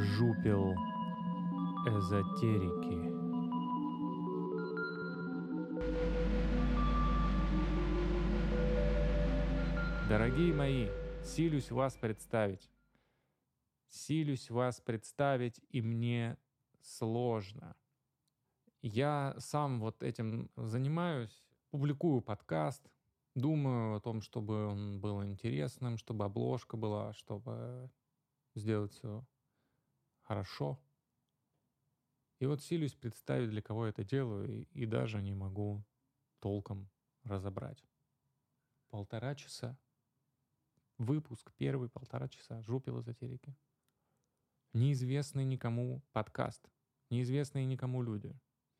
жупел эзотерики. Дорогие мои, силюсь вас представить. Силюсь вас представить, и мне сложно. Я сам вот этим занимаюсь, публикую подкаст, думаю о том, чтобы он был интересным, чтобы обложка была, чтобы сделать все хорошо. И вот силюсь представить, для кого я это делаю, и даже не могу толком разобрать. 1,5 часа. Выпуск первый, 1,5 часа. Жупел эзотерики. Неизвестный никому подкаст. Неизвестные никому люди.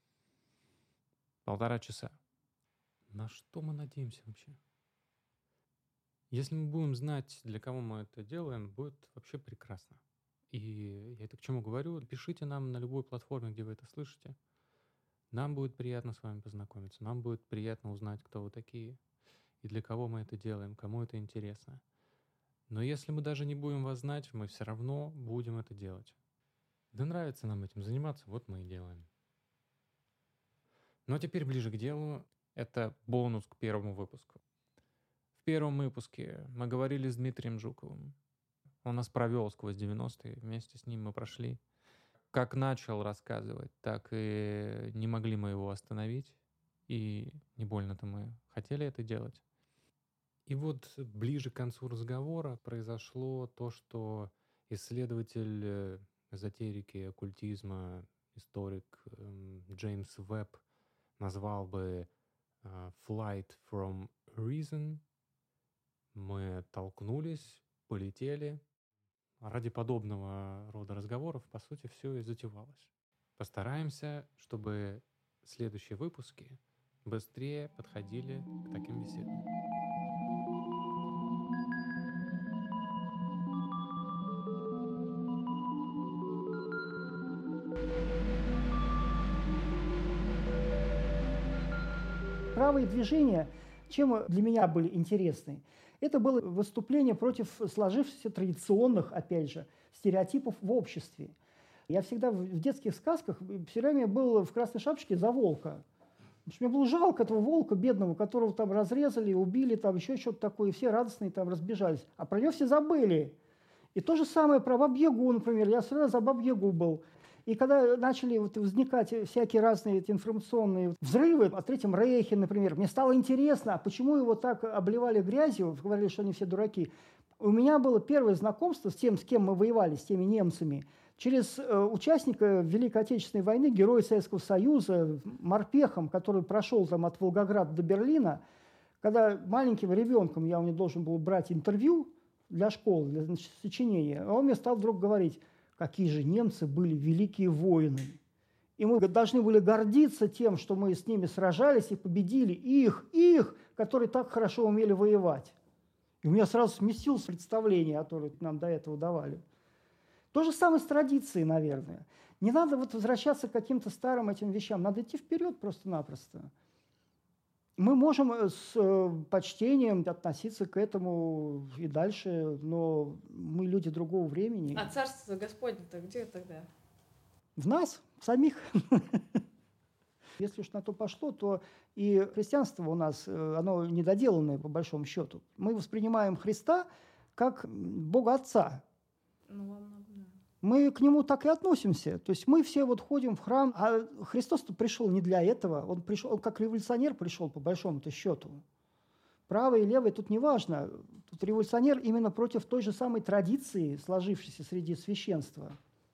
1,5 часа. На что мы надеемся вообще? Если мы будем знать, для кого мы это делаем, будет вообще прекрасно. И я это к чему говорю? Пишите нам на любой платформе, где вы это слышите. Нам будет приятно с вами познакомиться. Нам будет приятно узнать, кто вы такие и для кого мы это делаем, кому это интересно. Но если мы даже не будем вас знать, мы все равно будем это делать. Да нравится нам этим заниматься, вот мы и делаем. Ну а теперь ближе к делу. Это бонус к первому выпуску. В первом выпуске мы говорили с Дмитрием Жуковым. Он нас провел сквозь 90-е, вместе с ним мы прошли. Как начал рассказывать, так и не могли мы его остановить. И не больно-то мы хотели это делать. И вот ближе к концу разговора произошло то, что исследователь эзотерики, оккультизма, историк Джеймс Веб назвал бы «flight from reason». Мы толкнулись, полетели. Ради подобного рода разговоров, по сути, все и затевалось. Постараемся, чтобы следующие выпуски быстрее подходили к таким беседам. Правые движения, чем для меня были интересны, это было выступление против сложившихся традиционных, опять же, стереотипов в обществе. Я всегда в детских сказках все время был в красной шапочке за волка. Потому что мне было жалко этого волка бедного, которого там разрезали, убили, там еще что-то такое, и все радостные там разбежались. А про него все забыли. И то же самое про Бабу-Ягу, например. Я всегда за Бабу-Ягу был. И когда начали возникать всякие разные эти информационные взрывы о Третьем Рейхе, например, мне стало интересно, а почему его так обливали грязью, говорили, что они все дураки. У меня было первое знакомство с тем, с кем мы воевали, с теми немцами, через участника Великой Отечественной войны, героя Советского Союза, морпехом, который прошел там от Волгограда до Берлина. Когда маленьким ребенком я у него должен был брать интервью для школы, для сочинения, а он мне стал вдруг говорить, какие же немцы были великие воины. И мы должны были гордиться тем, что мы с ними сражались и победили их, которые так хорошо умели воевать. И у меня сразу сместилось представление, которое нам до этого давали. То же самое с традицией, наверное. Не надо вот возвращаться к каким-то старым этим вещам, надо идти вперед просто-напросто. Мы можем с почтением относиться к этому и дальше, но мы люди другого времени. А Царство Господне-то где тогда? В нас, в самих. Если уж на то пошло, то и христианство у нас, оно недоделанное по большому счету. Мы воспринимаем Христа как Бога Отца. Ну, во многом, да. Мы к Нему так и относимся. То есть мы все вот ходим в храм, а Христос-то пришел не для этого. Он пришел, он как революционер пришел, по большому-то счету. Правый и левый тут не важно. Тут революционер именно против той же самой традиции, сложившейся среди священства.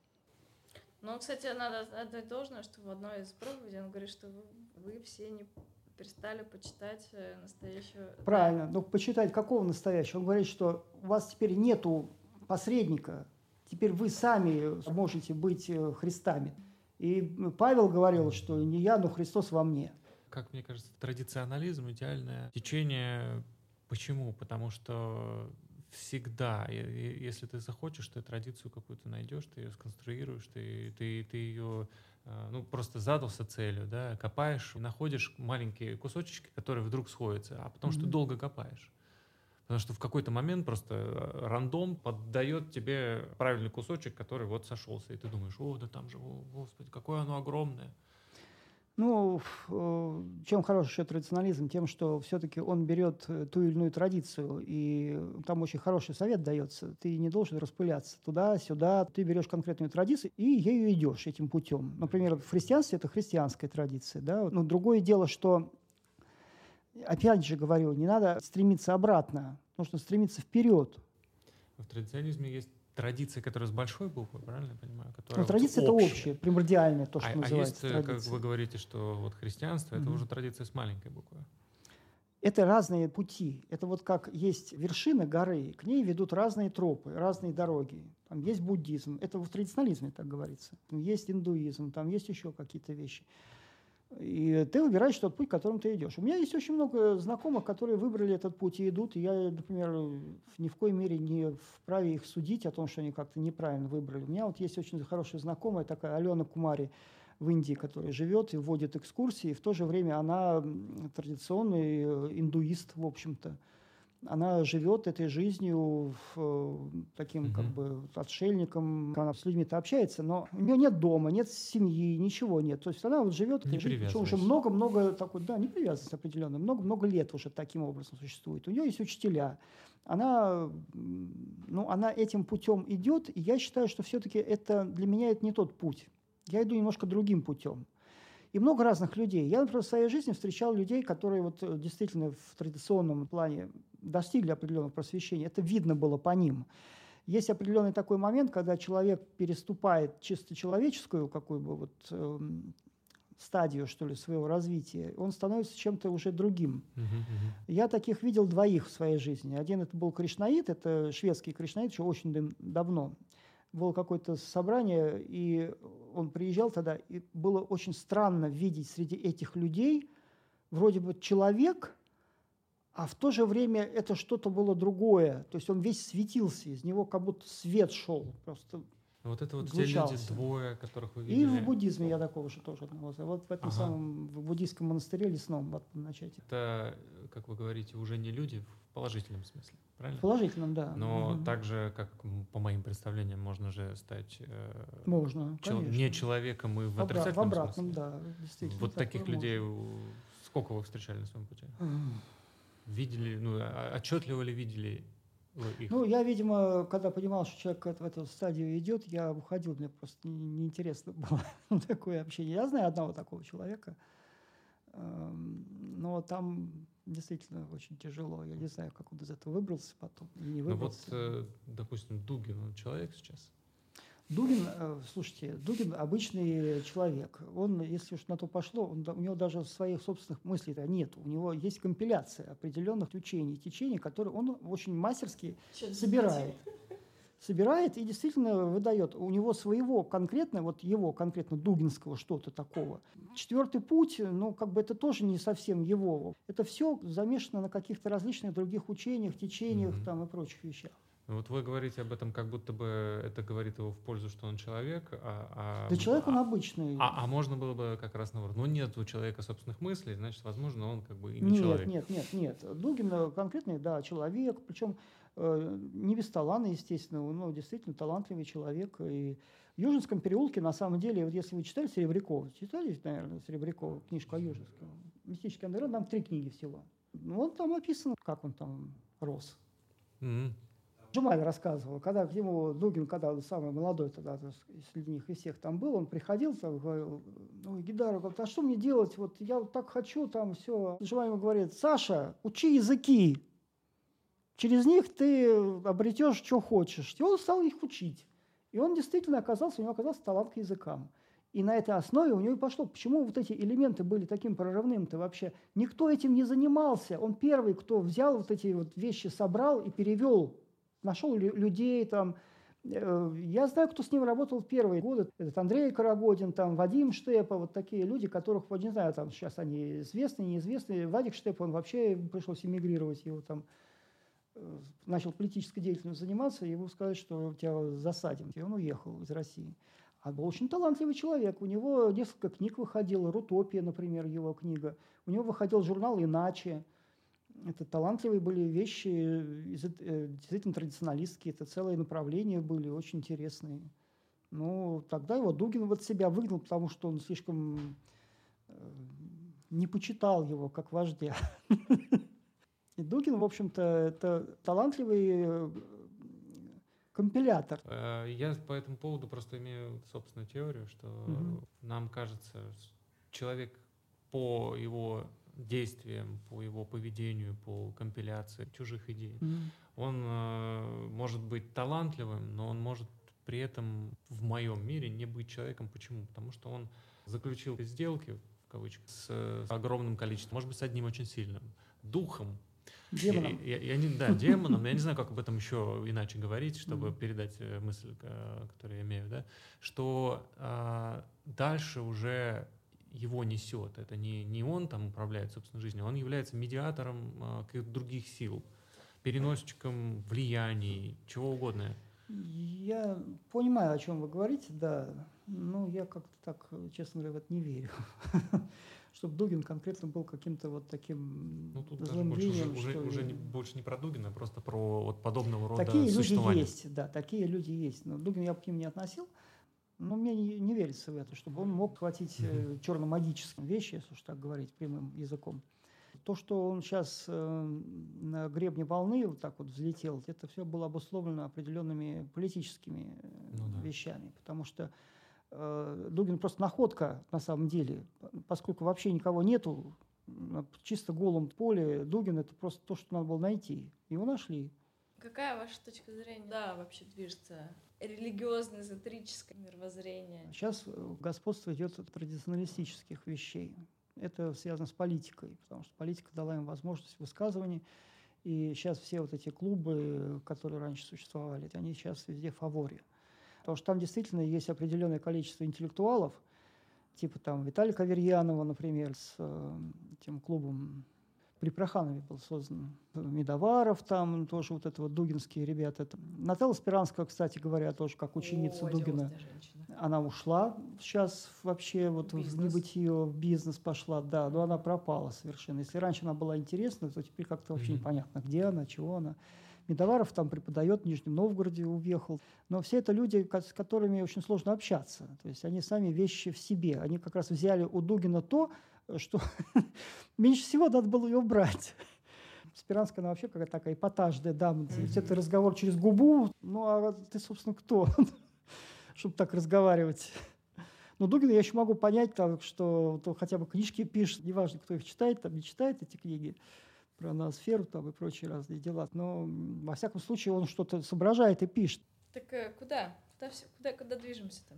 Ну, кстати, надо отдать должное, что в одной из проповедей он говорит, что вы все не перестали почитать настоящего... Правильно. Но почитать какого настоящего? Он говорит, что у вас теперь нету посредника. Теперь вы сами можете быть Христами. И Павел говорил, что не я, но Христос во мне. Как мне кажется, традиционализм — идеальное течение. Почему? Потому что всегда, если ты захочешь, ты традицию какую-то найдешь, ты ее сконструируешь, ты ее просто задался целью, да, копаешь, находишь маленькие кусочки, которые вдруг сходятся, а потому что долго копаешь. Потому что в какой-то момент просто рандом поддает тебе правильный кусочек, который вот сошелся. И ты думаешь, о, да там же, о, господи, какое оно огромное. Ну, чем хорош еще традиционализм? Тем, что все-таки он берет ту или иную традицию, и там очень хороший совет дается. Ты не должен распыляться туда-сюда. Ты берешь конкретную традицию и ею идешь этим путем. Например, в христианстве это христианская традиция. Да? Но другое дело, что, опять же говорю, не надо стремиться обратно, нужно стремиться вперед. В традиционизме есть традиция, которая с большой буквы, правильно я понимаю? Но традиция – это общее, примордиальное, то, что называется есть, традицией. как вы говорите, что вот христианство – это уже традиция с маленькой буквы. Это разные пути. Это вот как есть вершина горы, к ней ведут разные тропы, разные дороги. Там есть буддизм, это в традиционализме так говорится. Там есть индуизм, там есть еще какие-то вещи. И ты выбираешь тот путь, которым ты идешь. У меня есть очень много знакомых, которые выбрали этот путь и идут. И я, например, ни в коей мере не вправе их судить о том, что они как-то неправильно выбрали. У меня вот есть очень хорошая знакомая такая Алена Кумари в Индии, которая живет и вводит экскурсии. И в то же время она традиционный индуист, в общем-то. Она живет этой жизнью таким как бы отшельником, она с людьми-то общается, но у нее нет дома, нет семьи, ничего нет. То есть она вот живет этой жизнью, причем уже много-много такой, да, не привязанность определенно, много-много лет уже таким образом существует. У нее есть учителя, она этим путем идет, и я считаю, что все-таки это для меня это не тот путь. Я иду немножко другим путем. И много разных людей. Я, например, в своей жизни встречал людей, которые вот действительно в традиционном плане достигли определенного просвещения. Это видно было по ним. Есть определенный такой момент, когда человек переступает чисто человеческую какую бы вот стадию, что ли, своего развития, он становится чем-то уже другим. Я таких видел двоих в своей жизни. Один это был кришнаит, это шведский кришнаит, еще очень давно. Было какое-то собрание, и он приезжал тогда, и было очень странно видеть среди этих людей вроде бы человек, а в то же время это что-то было другое. То есть он весь светился, из него как будто свет шел. Просто вот это вот те люди двое, которых вы видели. И в буддизме я такого же тоже одного. Вот в этом самом в буддийском монастыре лесном в начале. Это, как вы говорите, уже не люди в положительном смысле, правильно? В положительном, да. Но так же, как по моим представлениям, можно же стать можно, не человеком и в отрицательном в обратном, смысле. Да, действительно. Вот таких людей сколько вы встречали на своем пути? Видели, отчетливо ли видели их? Я, видимо, когда понимал, что человек в эту стадию идет, я уходил, мне просто неинтересно было такое общение. Я знаю одного такого человека, но там действительно очень тяжело. Я не знаю, как он из этого выбрался потом. Не выбрался. Допустим, Дугин, он человек сейчас? Дугин, слушайте, Дугин обычный человек. Он, если уж на то пошло, у него даже своих собственных мыслей нет. У него есть компиляция определенных учений, течений, которые он очень мастерски собирает. Собирает и действительно выдает. У него своего конкретно, вот его конкретно дугинского что-то такого. Четвертый путь, это тоже не совсем его. Это все замешано на каких-то различных других учениях, течениях там, и прочих вещах. Вот вы говорите об этом, как будто бы это говорит его в пользу, что он человек. Да человек он обычный. А можно было бы как раз наоборот. Нет у человека собственных мыслей, значит, возможно, он как бы и не человек. Нет. Дугин конкретный, да, человек, причем не без таланта, естественно, но действительно талантливый человек. И в Южинском переулке, на самом деле, вот если вы читали Серебрякова, читали, наверное, Серебрякова, книжку о Южинском, «Мистический андеграунд», там 3 книги всего. Вот там описано, как он там рос. Жумаев рассказывал, когда к нему Дугин, когда он самый молодой тогда среди них и всех там был, он приходил, там, говорил, Гидаров, говорит, а что мне делать, вот я вот так хочу, там все. Жумаев говорит, Саша, учи языки, через них ты обретешь, что хочешь. И он стал их учить. И он действительно у него оказался талант к языкам. И на этой основе у него и пошло. Почему вот эти элементы были таким прорывным-то вообще? Никто этим не занимался. Он первый, кто взял вот эти вот вещи, собрал и перевел. Нашел людей там. Я знаю, кто с ним работал в первые годы. Этот Андрей Карагодин, там, Вадим Штепа, вот такие люди, которых, вот не знаю, там сейчас они известны, неизвестны. Вадик Штепа, он вообще пришлось эмигрировать, его там начал политической деятельностью заниматься, ему сказали, что тебя засадим. И он уехал из России. А был очень талантливый человек. У него несколько книг выходило. «Рутопия», например, его книга. У него выходил журнал «Иначе». Это талантливые были вещи, действительно традиционалистские, это целые направления были, очень интересные. Ну, тогда его Дугин вот себя выгнал, потому что он слишком не почитал его как вождя. И Дугин, в общем-то, это талантливый компилятор. Я по этому поводу просто имею собственную теорию, что нам кажется, человек по его действиям, по его поведению, по компиляции чужих идей, он может быть талантливым, но он может при этом в моем мире не быть человеком. Почему? Потому что он заключил сделки, в кавычках, с огромным количеством, может быть, с одним очень сильным духом. Демоном. Демоном. Я не знаю, как об этом еще иначе говорить, чтобы передать мысль, которую я имею, да, что дальше уже его несет. Это не он там управляет собственной жизнью, он является медиатором каких-то других сил, переносчиком влияний, чего угодно. Я понимаю, о чем вы говорите, да. Но я как-то так, честно говоря, в это не верю. Чтобы Дугин конкретно был каким-то вот таким злым гением. Уже больше не про Дугина, а просто про вот подобного рода такие существование. Люди есть, да, такие люди есть. Но Дугин я к ним не относил. Но мне не верится в это, чтобы он мог хватить черно-магические вещи, если уж так говорить прямым языком. То, что он сейчас на гребне волны вот так вот взлетел, это все было обусловлено определенными политическими вещами. Потому что Дугин просто находка на самом деле, поскольку вообще никого нету, на чисто голом поле Дугин — это просто то, что надо было найти. Его нашли. Какая ваша точка зрения? Да, вообще движется религиозно-эзотерическое мировоззрение. Сейчас господство идет от традиционалистических вещей. Это связано с политикой, потому что политика дала им возможность высказываний. И сейчас все вот эти клубы, которые раньше существовали, они сейчас везде в фаворе. Потому что там действительно есть определенное количество интеллектуалов, типа там Виталия Каверьянова, например, с тем клубом при Проханове был создан. Медоваров там тоже, вот это вот дугинские ребята. Наталья Спиранская, кстати говоря, тоже как ученица Дугина. Она ушла сейчас вообще вот в небытие, в бизнес пошла, да, но она пропала совершенно. Если раньше она была интересна, то теперь как-то вообще непонятно, где она, чего она. Медоваров там преподает, в Нижнем Новгороде уехал. Но все это люди, с которыми очень сложно общаться. То есть они сами вещи в себе. Они как раз взяли у Дугина то, что меньше всего надо было ее брать. Спиранская, она вообще какая-то такая эпатажная дама. Это разговор через губу. Ну, а ты, собственно, кто, чтобы так разговаривать? Но Дугина я еще могу понять, так, что хотя бы книжки пишет, неважно, кто их читает, там, не читает эти книги про ноосферу там, и прочие разные дела. Но, во всяком случае, он что-то соображает и пишет. Так куда? Куда движемся-то?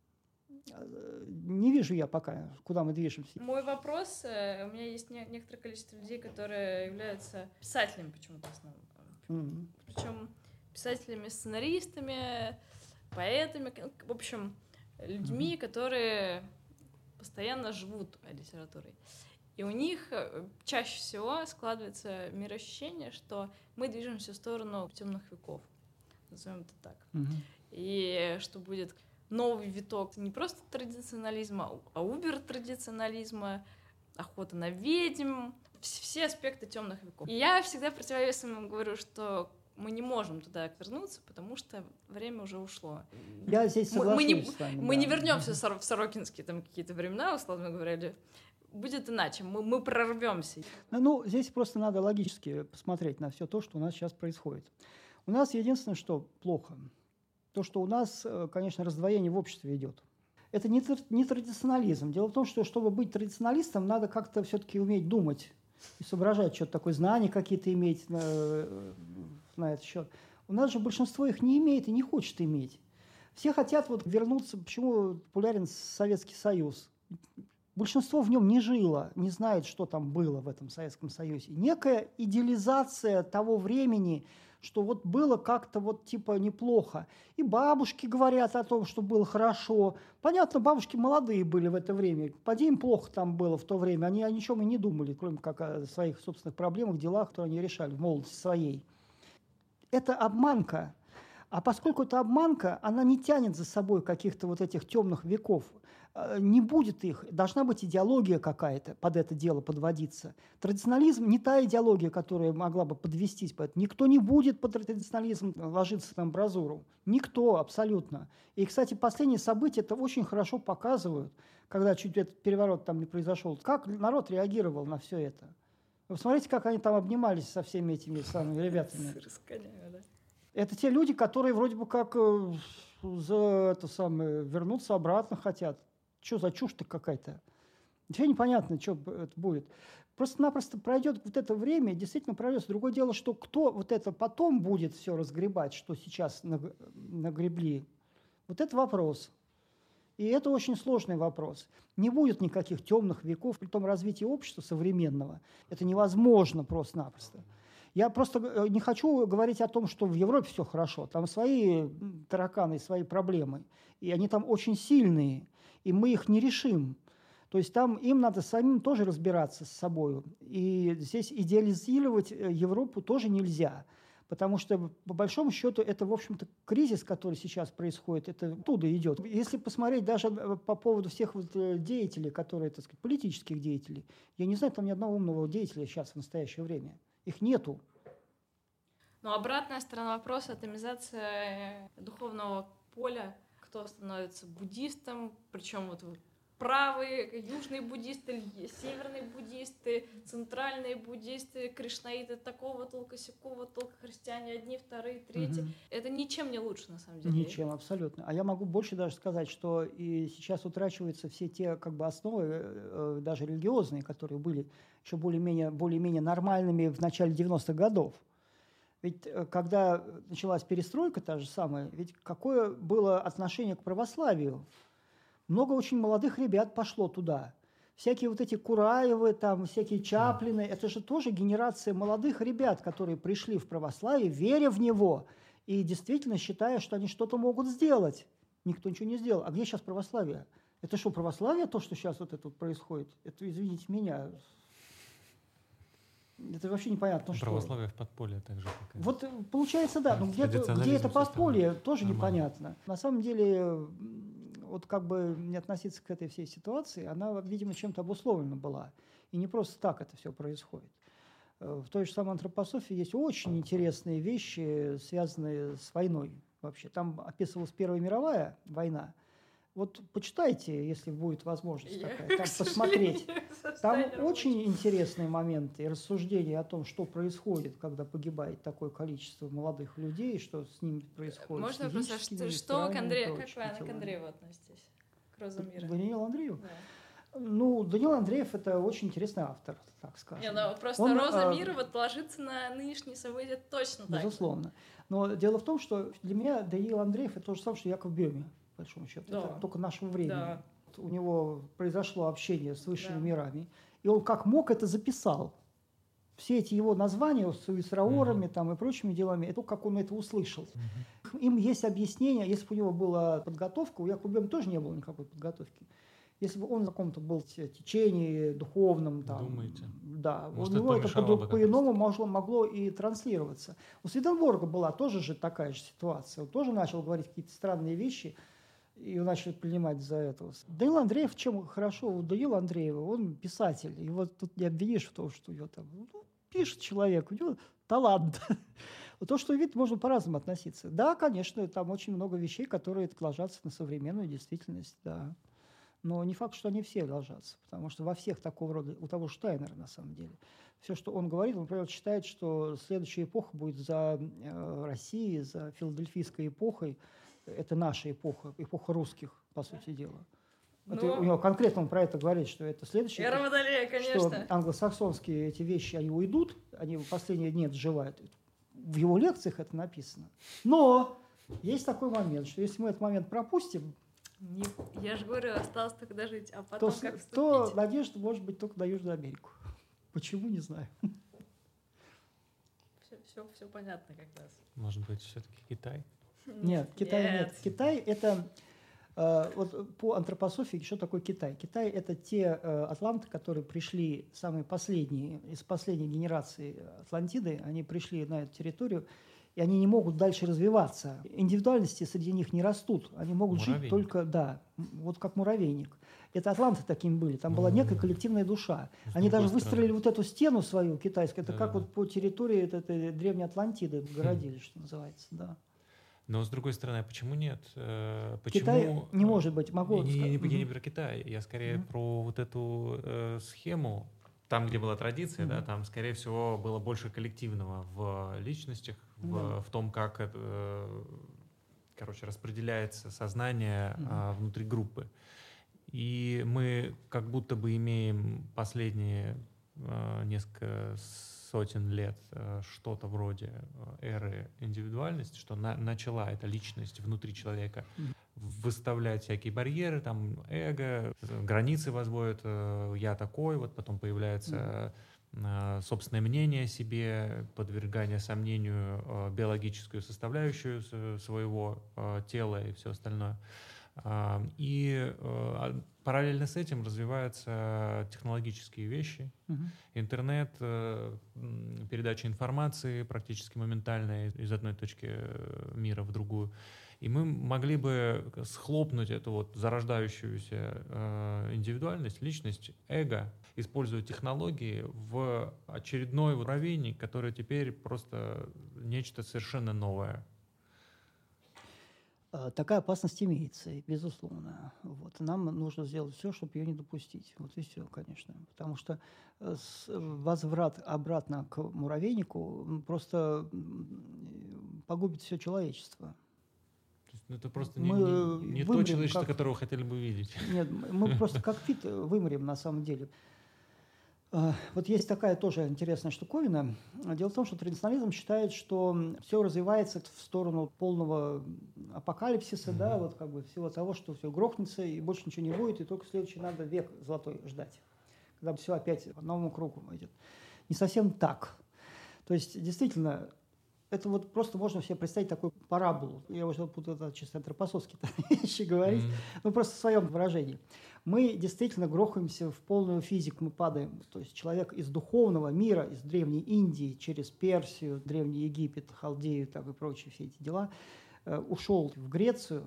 Не вижу я пока, куда мы движемся. Мой вопрос, у меня есть некоторое количество людей, которые являются писателями почему-то в основном. Причем писателями, сценаристами, поэтами, в общем, людьми, которые постоянно живут литературой. И у них чаще всего складывается мироощущение, что мы движемся в сторону темных веков, назовем это так. И что будет новый виток не просто традиционализма, а убер-традиционализма, охота на ведьм, все аспекты темных веков. И я всегда противовесом говорю, что мы не можем туда вернуться, потому что время уже ушло. Я здесь соглашусь с вами. Мы не вернемся в сорокинские там какие-то времена, условно говоря, или будет иначе, мы прорвемся. Ну, здесь просто надо логически посмотреть на все то, что у нас сейчас происходит. У нас единственное, что плохо, то, что у нас, конечно, раздвоение в обществе идет. Это не традиционализм. Дело в том, что, чтобы быть традиционалистом, надо как-то все-таки уметь думать и соображать, что-то такое, знания какие-то иметь на этот счет. У нас же большинство их не имеет и не хочет иметь. Все хотят вот вернуться, почему популярен Советский Союз. Большинство в нем не жило, не знает, что там было в этом Советском Союзе. Некая идеализация того времени, что вот было как-то вот типа неплохо. И бабушки говорят о том, что было хорошо. Понятно, бабушки молодые были в это время. Поди им плохо там было в то время. Они о ничем и не думали, кроме как о своих собственных проблемах, делах, которые они решали в молодости своей. Это обманка. А поскольку это обманка, она не тянет за собой каких-то вот этих темных веков. Не будет их. Должна быть идеология какая-то под это дело подводиться. Традиционализм не та идеология, которая могла бы подвестись. Никто не будет под традиционализм ложиться на амбразуру. Никто абсолютно. И, кстати, последние события это очень хорошо показывают, когда чуть этот переворот там не произошел. Как народ реагировал на все это. Вы посмотрите, как они там обнимались со всеми этими самыми ребятами. Это те люди, которые вроде бы как вернуться обратно хотят. Что за чушь-то какая-то? Ничего непонятно, что это будет. Просто-напросто пройдет вот это время, действительно пройдет. Другое дело, что кто вот это потом будет все разгребать, что сейчас нагребли, вот это вопрос. И это очень сложный вопрос. Не будет никаких темных веков при том развитии общества современного. Это невозможно просто-напросто. Я просто не хочу говорить о том, что в Европе все хорошо. Там свои тараканы, свои проблемы. И они там очень сильные. И мы их не решим. То есть там им надо самим тоже разбираться с собой. И здесь идеализировать Европу тоже нельзя. Потому что, по большому счету, это, в общем-то, кризис, который сейчас происходит, это оттуда идет. Если посмотреть даже по поводу всех вот деятелей, которые, так сказать, политических деятелей, я не знаю, там ни одного умного деятеля сейчас в настоящее время. Их нету. Но обратная сторона вопроса – атомизация духовного поля. Кто становится буддистом, причем вот правые, южные буддисты, северные буддисты, центральные буддисты, кришнаиты такого толка, сякого толка, христиане одни, вторые, третьи. Это ничем не лучше, на самом деле. Ничем, абсолютно. А я могу больше даже сказать, что и сейчас утрачиваются все те как бы основы, даже религиозные, которые были еще более-менее нормальными в начале 90-х годов. Ведь когда началась перестройка та же самая, ведь какое было отношение к православию? Много очень молодых ребят пошло туда. Всякие вот эти Кураевы, там, всякие Чаплины, это же тоже генерация молодых ребят, которые пришли в православие, веря в него, и действительно считая, что они что-то могут сделать. Никто ничего не сделал. А где сейчас православие? Это что, православие, то, что сейчас вот это вот происходит? Это, извините меня, это вообще непонятно, что. Православие в подполье также. Вот получается, да, но где это подполье, тоже непонятно. На самом деле, вот как бы не относиться к этой всей ситуации, она, видимо, чем-то обусловлена была. И не просто так это все происходит. В той же самой антропософии есть очень интересные вещи, связанные с войной вообще. Там описывалась Первая мировая война. Вот почитайте, если будет возможность такая, там посмотреть. Там очень интересные моменты и рассуждения о том, что происходит, когда погибает такое количество молодых людей, что с ними происходит. Можно вопрос, что к Андрею, как вы к Андрееву относитесь? К Розу мира? Даниилу Андрееву? Да. Ну, Даниил Андреев – это очень интересный автор, так скажем. Не, ну, просто Роза мира вот ложится на нынешние события точно так. Безусловно. Но дело в том, что для меня Даниил Андреев – это то же самое, что Яков Бёме, по большому счету. Да. Это только нашего времени. Да. У него произошло общение с высшими мирами, и он как мог это записал. Все эти его названия с Уисраорами там, и прочими делами, это как он это услышал. Им есть объяснение, если бы у него была подготовка, у Якова Бёме тоже не было никакой подготовки. Если бы он в каком-то был течении духовном, там, думаете? Да, может, у него это по-иному могло и транслироваться. У Сведенборга была тоже же такая же ситуация. Он тоже начал говорить какие-то странные вещи, и его начали принимать за это. Даниил Андреев, чем хорошо у Даниила Андреева, он писатель. И вот тут не обвинишь в том, что у него там пишет человек, у него талант. То, что видит, можно по-разному относиться. Да, конечно, там очень много вещей, которые ложатся на современную действительность, да. Но не факт, что они все ложатся, потому что во всех такого рода, у того Штайнера на самом деле, все, что он говорит, он, например, считает, что следующая эпоха будет за Россией, за филадельфийской эпохой. Это наша эпоха, эпоха русских, по сути дела. Это, у него конкретно он про это говорит, что это следующее. Эра Водолея, конечно. Что англосаксонские эти вещи, они уйдут, они в последние дни доживают. В его лекциях это написано. Но есть такой момент, что если мы этот момент пропустим, я же говорю, осталось только дожить, а потом как вступить? То надежда может быть только на Южную Америку. Почему, не знаю. Все понятно как раз. Может быть, все-таки Китай? Нет, Китай нет. Китай – это… Вот по антропософии, что такое Китай? Китай – это те атланты, которые пришли, самые последние, из последней генерации Атлантиды, они пришли на эту территорию, и они не могут дальше развиваться. Индивидуальности среди них не растут, они могут жить Муравейник. только, да, вот как муравейник. Это атланты такими были, там была некая коллективная душа. С Они даже другой выстроили стороны. вот эту стену свою китайскую, это как Да-да-да. вот по территории этой древней Атлантиды городили, что называется, да. Но с другой стороны, а почему нет? Китай Почему... не может быть, могу Я не сказать. про Китай, я скорее про вот эту схему. Там, где была традиция, да, там, скорее всего, было больше коллективного в личностях, в том, как это, короче, распределяется сознание внутри группы. И мы как будто бы имеем последние несколько сотен лет что-то вроде эры индивидуальности, что начала эта личность внутри человека выставлять всякие барьеры, там, эго, границы возводят, я такой, вот потом появляется собственное мнение о себе, подвергание сомнению биологическую составляющую своего тела и все остальное. И параллельно с этим развиваются технологические вещи, интернет, передача информации практически моментальная из одной точки мира в другую. И мы могли бы схлопнуть эту вот зарождающуюся индивидуальность, личность, эго, используя технологии в очередной муравейник, который теперь просто нечто совершенно новое. Такая опасность имеется, безусловно. Вот. Нам нужно сделать все, чтобы ее не допустить. Вот и все, конечно. Потому что возврат обратно к муравейнику просто погубит все человечество. То есть, это просто Мы не то вымрем, человечество, как... которого хотели бы видеть. Нет, мы просто как вид вымрем на самом деле. Вот есть такая тоже интересная штуковина. Дело в том, что традиционализм считает, что все развивается в сторону полного апокалипсиса, да, вот как бы всего того, что все грохнется и больше ничего не будет, и только следующий надо век золотой ждать, когда все опять по новому кругу идет. Не совсем так. То есть, действительно, это вот просто можно себе представить такую параболу. Я уже буду это чисто антропосовские вещи говорить, ну просто в своем выражении. Мы действительно грохаемся в полную физику, мы падаем. То есть человек из духовного мира, из Древней Индии, через Персию, Древний Египет, Халдею так и прочие все эти дела, ушел в Грецию,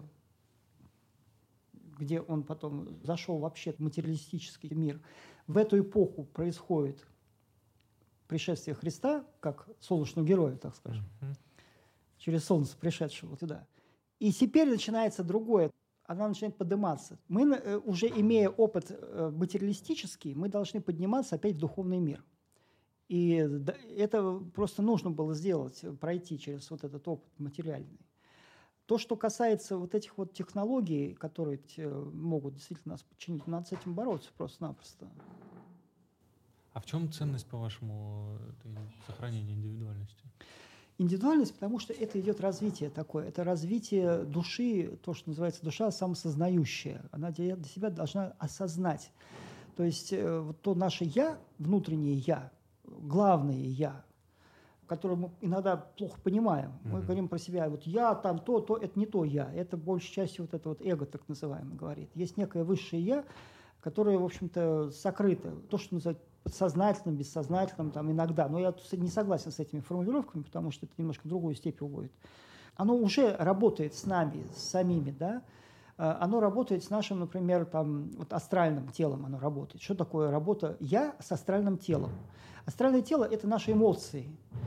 где он потом зашел вообще в материалистический мир. В эту эпоху происходит пришествие Христа, как солнечного героя, так скажем, через солнце пришедшего туда. И теперь начинается другое. Она начинает подниматься. Мы, уже имея опыт материалистический, мы должны подниматься опять в духовный мир. И это просто нужно было сделать, пройти через вот этот опыт материальный. То, что касается вот этих вот технологий, которые могут действительно нас подчинить, надо с этим бороться просто-напросто. А в чем ценность, по-вашему, сохранения индивидуальности? Индивидуальность, потому что это идет развитие такое. Это развитие души, то, что называется душа самосознающая. Она для себя должна осознать. То есть вот то наше «я», внутреннее «я», главное «я», которое мы иногда плохо понимаем. Мы говорим про себя, вот «я», там то, это не то «я». Это большей частью вот это вот эго, так называемое, говорит. Есть некое высшее «я», которое, в общем-то, сокрыто. То, что называют подсознательным, бессознательным, там иногда. Но я не согласен с этими формулировками, потому что это немножко в другую степень уводит. Оно уже работает с нами, с самими, да. Оно работает с нашим, например, там, вот астральным телом оно работает. Что такое работа «я» с астральным телом? Астральное тело – это наши эмоции.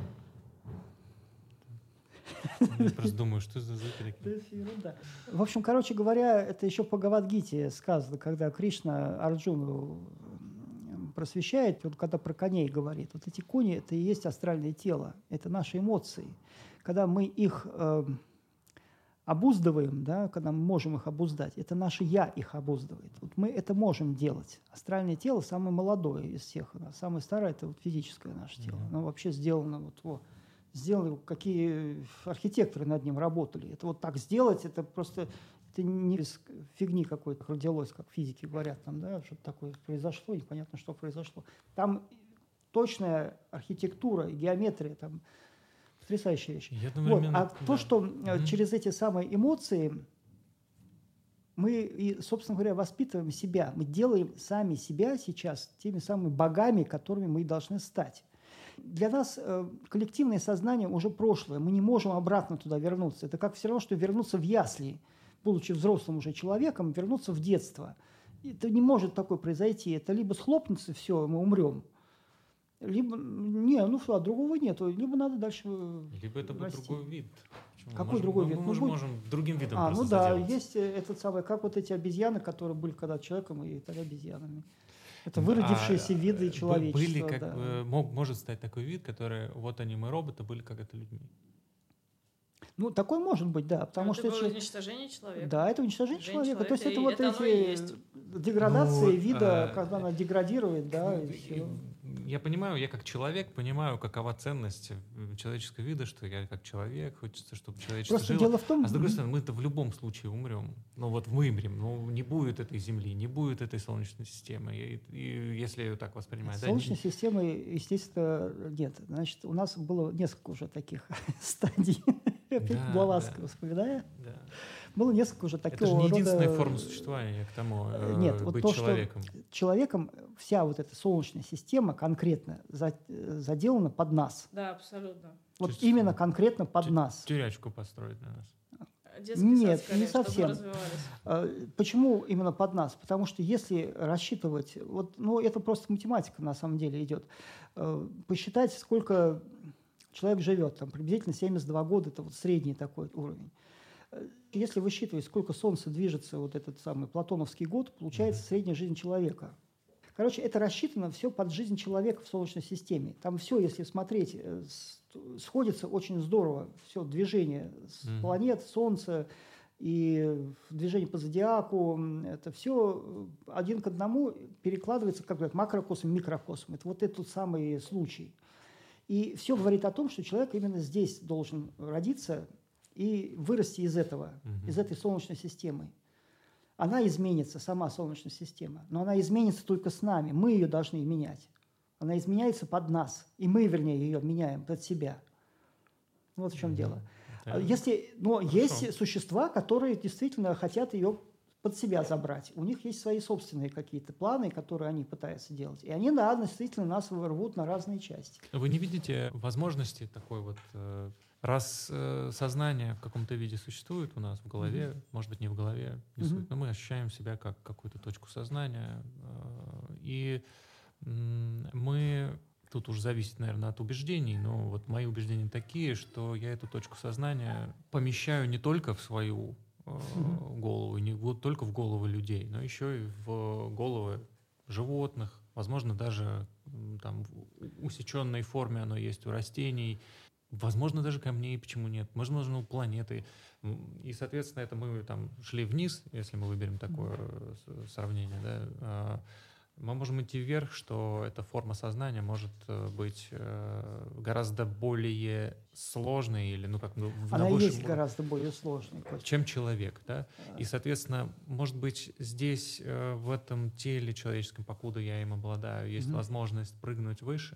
Я просто думаю, что за звуки такие? В общем, короче говоря, это еще по Бхагавад-гите сказано, когда Кришна Арджуну просвещает, вот когда про коней говорит. Вот эти кони – это и есть астральное тело, это наши эмоции. Когда мы их обуздываем, да, когда мы можем их обуздать, это наше «я» их обуздывает. Вот мы это можем делать. Астральное тело самое молодое из всех. Самое старое – это вот физическое наше тело. Оно вообще сделано сделали, какие архитекторы над ним работали. Это вот так сделать, это просто это не из фигни какой-то родилось, как физики говорят, там, да, что-то такое произошло, непонятно, что произошло. Там точная архитектура и геометрия, там потрясающая вещь. Вот. А то, что через эти самые эмоции мы, и, собственно говоря, воспитываем себя, мы делаем сами себя сейчас теми самыми богами, которыми мы должны стать. Для нас коллективное сознание уже прошлое. Мы не можем обратно туда вернуться. Это как все равно, что вернуться в ясли, будучи взрослым уже человеком, вернуться в детство. Это не может такое произойти. Это либо схлопнется все, мы умрем, либо другого нету. Либо надо дальше либо это будет другой вид. Почему? Какой другой вид? Мы можем другим видом просто заделать. Есть этот самый, как вот эти обезьяны, которые были когда человеком и тогда обезьянами. Это выродившиеся виды человечества. Может стать такой вид, который, вот они, мы роботы, были когда-то людьми. Такой может быть, да. Потому что это уничтожение человека. Да, это уничтожение человека. То есть это вот эти деградации вида, когда она деградирует, да, и все. Я понимаю, я как человек понимаю, какова ценность человеческого вида, что я как человек, хочется, чтобы человечество Просто жило. дело в том, а с другой стороны, мы-то в любом случае умрем. вымрем, не будет этой Земли, не будет этой Солнечной системы. И если ее так воспринимать. Солнечной системы, естественно, нет. Значит, у нас было несколько уже таких стадий. Опять Блаватского вспоминая. Да. Было несколько уже такого рода... Это же не единственная рода... форма существования к тому, Нет, быть вот то, человеком. Что человеком вся вот эта Солнечная система конкретно заделана под нас. Да, абсолютно. Вот именно конкретно под нас. Тюрячку построить для нас. Нет, скорее, не совсем. Почему именно под нас? Потому что если рассчитывать, это просто математика на самом деле идет, посчитать, сколько человек живет, приблизительно 72 года, это вот средний такой уровень. Если высчитывать, сколько Солнце движется, вот этот самый платоновский год, получается средняя жизнь человека. Короче, это рассчитано все под жизнь человека в Солнечной системе. Там все, если смотреть, сходится очень здорово. Все движение планет, Солнца и движение по зодиаку, это все один к одному перекладывается, как говорят, макрокосм, микрокосм. Это вот этот самый случай. И все говорит о том, что человек именно здесь должен родиться и вырасти из этого, из этой Солнечной системы. Она изменится, сама Солнечная система, но она изменится только с нами. Мы ее должны менять. Она изменяется под нас, и мы, вернее, ее меняем под себя. Вот в чем дело. Есть существа, которые действительно хотят ее под себя забрать. У них есть свои собственные какие-то планы, которые они пытаются делать. И они, действительно нас рвут на разные части. Вы не видите возможности такой вот... Раз сознание в каком-то виде существует у нас в голове, может быть, не в голове, не суть, но мы ощущаем себя как какую-то точку сознания. И мы... Тут уж зависит, наверное, от убеждений, но вот мои убеждения такие, что я эту точку сознания помещаю не только в свою голову, не только в головы людей, но еще и в головы животных. Возможно, даже там в усеченной форме оно есть у растений. Возможно, даже камней, почему нет? Возможно, у планеты. И, соответственно, это мы шли вниз, если мы выберем такое сравнение, да, мы можем идти вверх, что эта форма сознания может быть гораздо более сложной, или, она есть гораздо более сложной, чем человек, да? И, соответственно, может быть, здесь, в этом теле человеческом, покуда я им обладаю, есть возможность прыгнуть выше?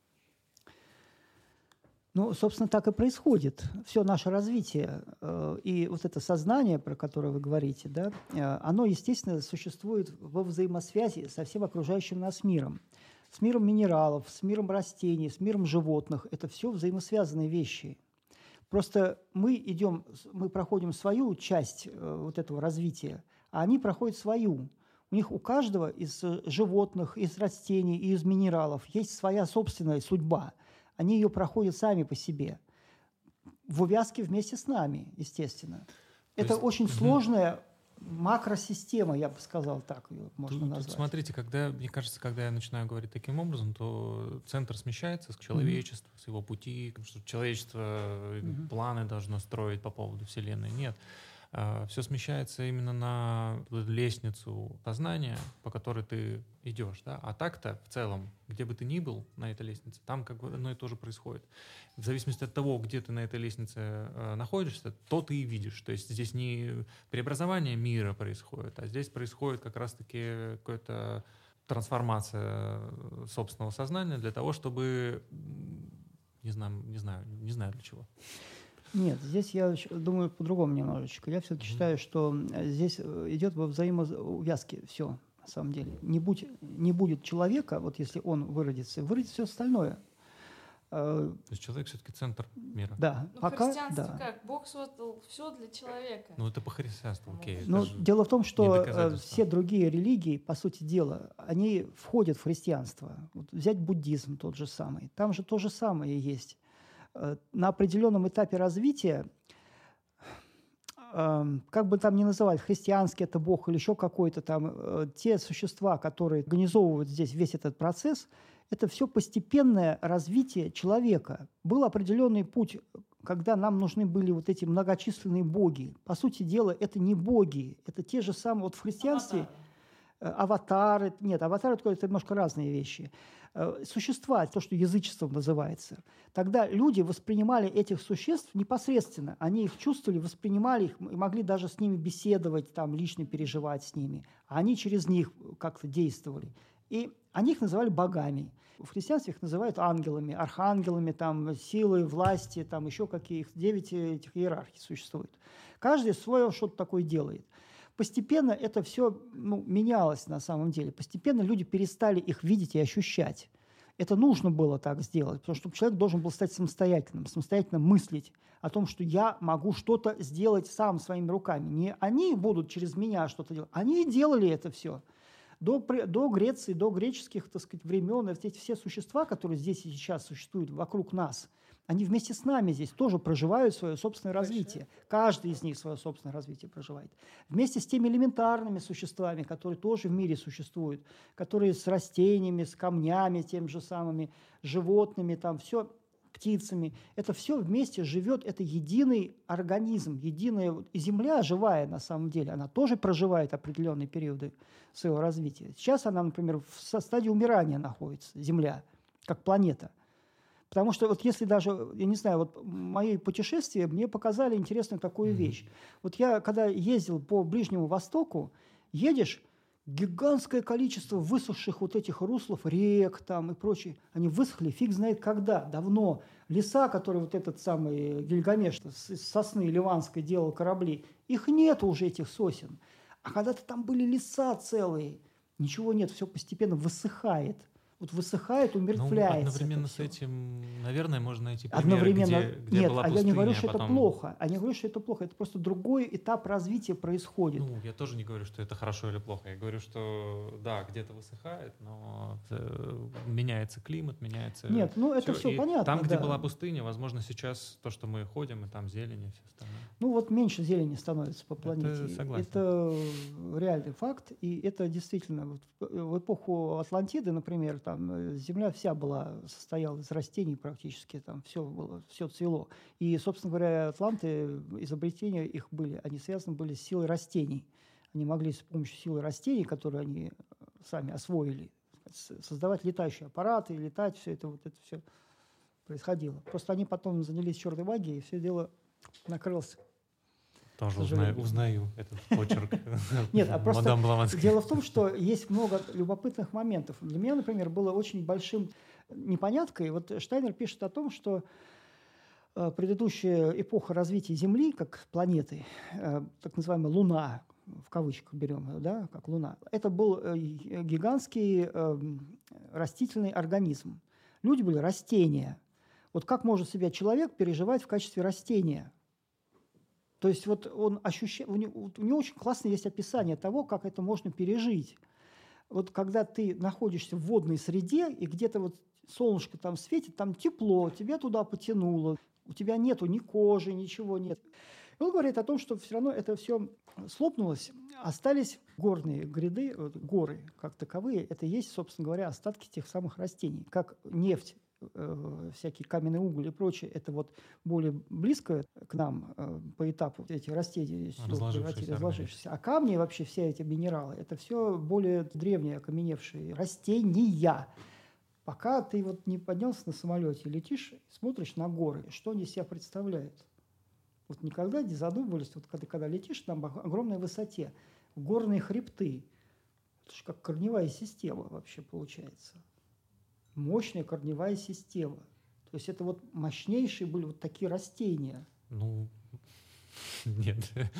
Собственно, так и происходит. Все наше развитие и вот это сознание, про которое вы говорите, да, оно, естественно, существует во взаимосвязи со всем окружающим нас миром. С миром минералов, с миром растений, с миром животных. Это все взаимосвязанные вещи. Просто мы проходим свою часть вот этого развития, а они проходят свою. У них у каждого из животных, из растений и из минералов есть своя собственная судьба. Они ее проходят сами по себе, в увязке вместе с нами, естественно. Это очень сложная макросистема, я бы сказал, так ее можно назвать. Смотрите, мне кажется, когда я начинаю говорить таким образом, то центр смещается с человечества, с его пути, что человечество планы должно строить по поводу Вселенной. Нет. Все смещается именно на лестницу сознания, по которой ты идешь. Да? А так-то, в целом, где бы ты ни был на этой лестнице, там как бы одно и то же происходит. В зависимости от того, где ты на этой лестнице находишься, то ты и видишь. То есть здесь не преобразование мира происходит, а здесь происходит как раз-таки какая-то трансформация собственного сознания для того, чтобы... Не знаю для чего. Нет, здесь я думаю по-другому немножечко. Я все-таки считаю, что здесь идет во взаимоувязке все, на самом деле. Не будет человека, вот если он выродится все остальное. То есть человек все-таки центр мира. Да, Ну, в пока, христианстве да. как? Бог создал все для человека. Ну, это по христианству, окей. это Но же дело в том, не что доказательство. все другие религии, по сути дела, они входят в христианство. Вот взять буддизм тот же самый. Там же то же самое есть. На определенном этапе развития, как бы там ни называть, христианский это Бог или еще какой-то там, те существа, которые организовывают здесь весь этот процесс, это все постепенное развитие человека. Был определенный путь, когда нам нужны были вот эти многочисленные боги. По сути дела, это не боги, это те же самые, вот в христианстве аватары, нет, аватары это немножко разные вещи. Существа, то, что язычеством называется. Тогда люди воспринимали этих существ непосредственно. Они их чувствовали, воспринимали их и могли даже с ними беседовать, там, лично переживать с ними. А они через них как-то действовали. И они их называли богами. В христианстве их называют ангелами, архангелами, там, силой, власти, там еще какие-то 9 этих иерархий существует. Каждый свое что-то такое делает. Постепенно это все менялось на самом деле. Постепенно люди перестали их видеть и ощущать. Это нужно было так сделать, потому что человек должен был стать самостоятельным, самостоятельно мыслить о том, что я могу что-то сделать сам своими руками. Не они будут через меня что-то делать, они и делали это все. До Греции, до греческих, так сказать, времен, эти все существа, которые здесь и сейчас существуют вокруг нас, они вместе с нами здесь тоже проживают свое собственное развитие. Каждый из них свое собственное развитие проживает. Вместе с теми элементарными существами, которые тоже в мире существуют, которые с растениями, с камнями, теми же самыми животными, там все, птицами. Это все вместе живет, это единый организм, единая. И Земля живая на самом деле, она тоже проживает определенные периоды своего развития. Сейчас она, например, в стадии умирания находится, Земля, как планета. Потому что вот если даже, я не знаю, вот мои путешествия мне показали интересную такую вещь. Вот я, когда ездил по Ближнему Востоку, едешь, гигантское количество высохших вот этих руслов, рек там и прочее, они высохли фиг знает когда, давно. Леса, которые вот этот самый Гильгамеш из сосны ливанской делал корабли, их нет уже, этих сосен. А когда-то там были леса целые, ничего нет, все постепенно высыхает. Вот высыхает, умертвляется. Ну, одновременно с этим, наверное, можно найти примеры, Одновременно где нет, была а пустыня, я не говорю, что потом... это плохо. Я не говорю, что это плохо. Это просто другой этап развития происходит. Ну, я тоже не говорю, что это хорошо или плохо. Я говорю, что да, где-то высыхает, но меняется климат, меняется... Нет, ну это все И понятно. там, где да. была пустыня, возможно, сейчас то, что мы ходим, и там зелень и все остальное. Ну вот меньше зелени становится по планете. Согласен. Это реальный факт. И это действительно... Вот в эпоху Атлантиды, например, там Земля вся состояла из растений практически. Там все цвело. И, собственно говоря, атланты, изобретения их были, они связаны были с силой растений. Они могли с помощью силы растений, которые они сами освоили, создавать летающие аппараты, летать, все это все происходило. Просто они потом занялись черной магией, и все дело накрылось. Тоже узнаю этот почерк. Нет, а просто Мадам Блаватской. дело в том, что есть много любопытных моментов. Для меня, например, было очень большим непоняткой. Вот Штайнер пишет о том, что предыдущая эпоха развития Земли, как планеты, так называемая Луна, в кавычках берем, да, как Луна, это был гигантский растительный организм. Люди были растения. Вот как может себя человек переживать в качестве растения? То есть вот он ощущает, у него очень классное есть описание того, как это можно пережить. Вот когда ты находишься в водной среде, и где-то вот солнышко там светит, там тепло, тебя туда потянуло, у тебя нету ни кожи, ничего нет. И он говорит о том, что все равно это все слопнулось, остались горные гряды, горы как таковые, это есть, собственно говоря, остатки тех самых растений, как нефть, всякий каменный уголь и прочее, это вот более близко к нам по этапу эти растения разложившиеся. А камни, вообще все эти минералы, это все более древние окаменевшие растения. Пока ты вот не поднялся на самолете, летишь, смотришь на горы, что они из себя представляют. Вот никогда не задумывались, вот когда летишь на огромной высоте, горные хребты, это же как корневая система вообще получается. Мощная корневая система. То есть это вот мощнейшие были вот такие растения. Ну, нет.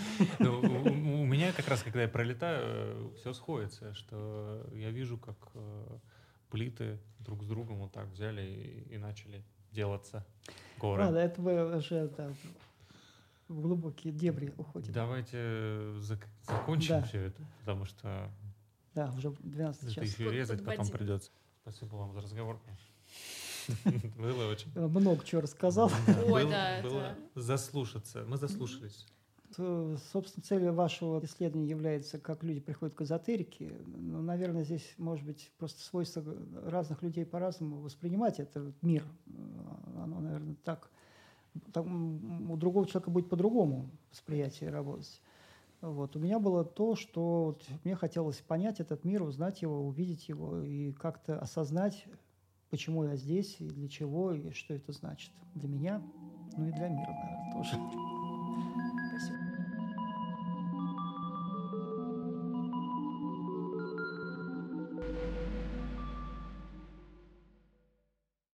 У меня как раз, когда я пролетаю, все сходится, что я вижу, как плиты друг с другом вот так взяли и начали делаться горы. Ладно, это вы уже в глубокие дебри уходим. Давайте закончим все это, потому что да, уже 12 это час. еще резать потом придется. Спасибо вам за разговор. Было очень... Много чего рассказал. Было заслушаться. Мы заслушались. Собственно, целью вашего исследования является, как люди приходят к эзотерике. Но, наверное, здесь, может быть, просто свойство разных людей по-разному воспринимать этот мир. Оно, наверное, так. У другого человека будет по-другому восприятие работать. Вот. У меня было то, что вот мне хотелось понять этот мир, узнать его, увидеть его и как-то осознать, почему я здесь, и для чего, и что это значит для меня, ну и для мира, наверное, тоже.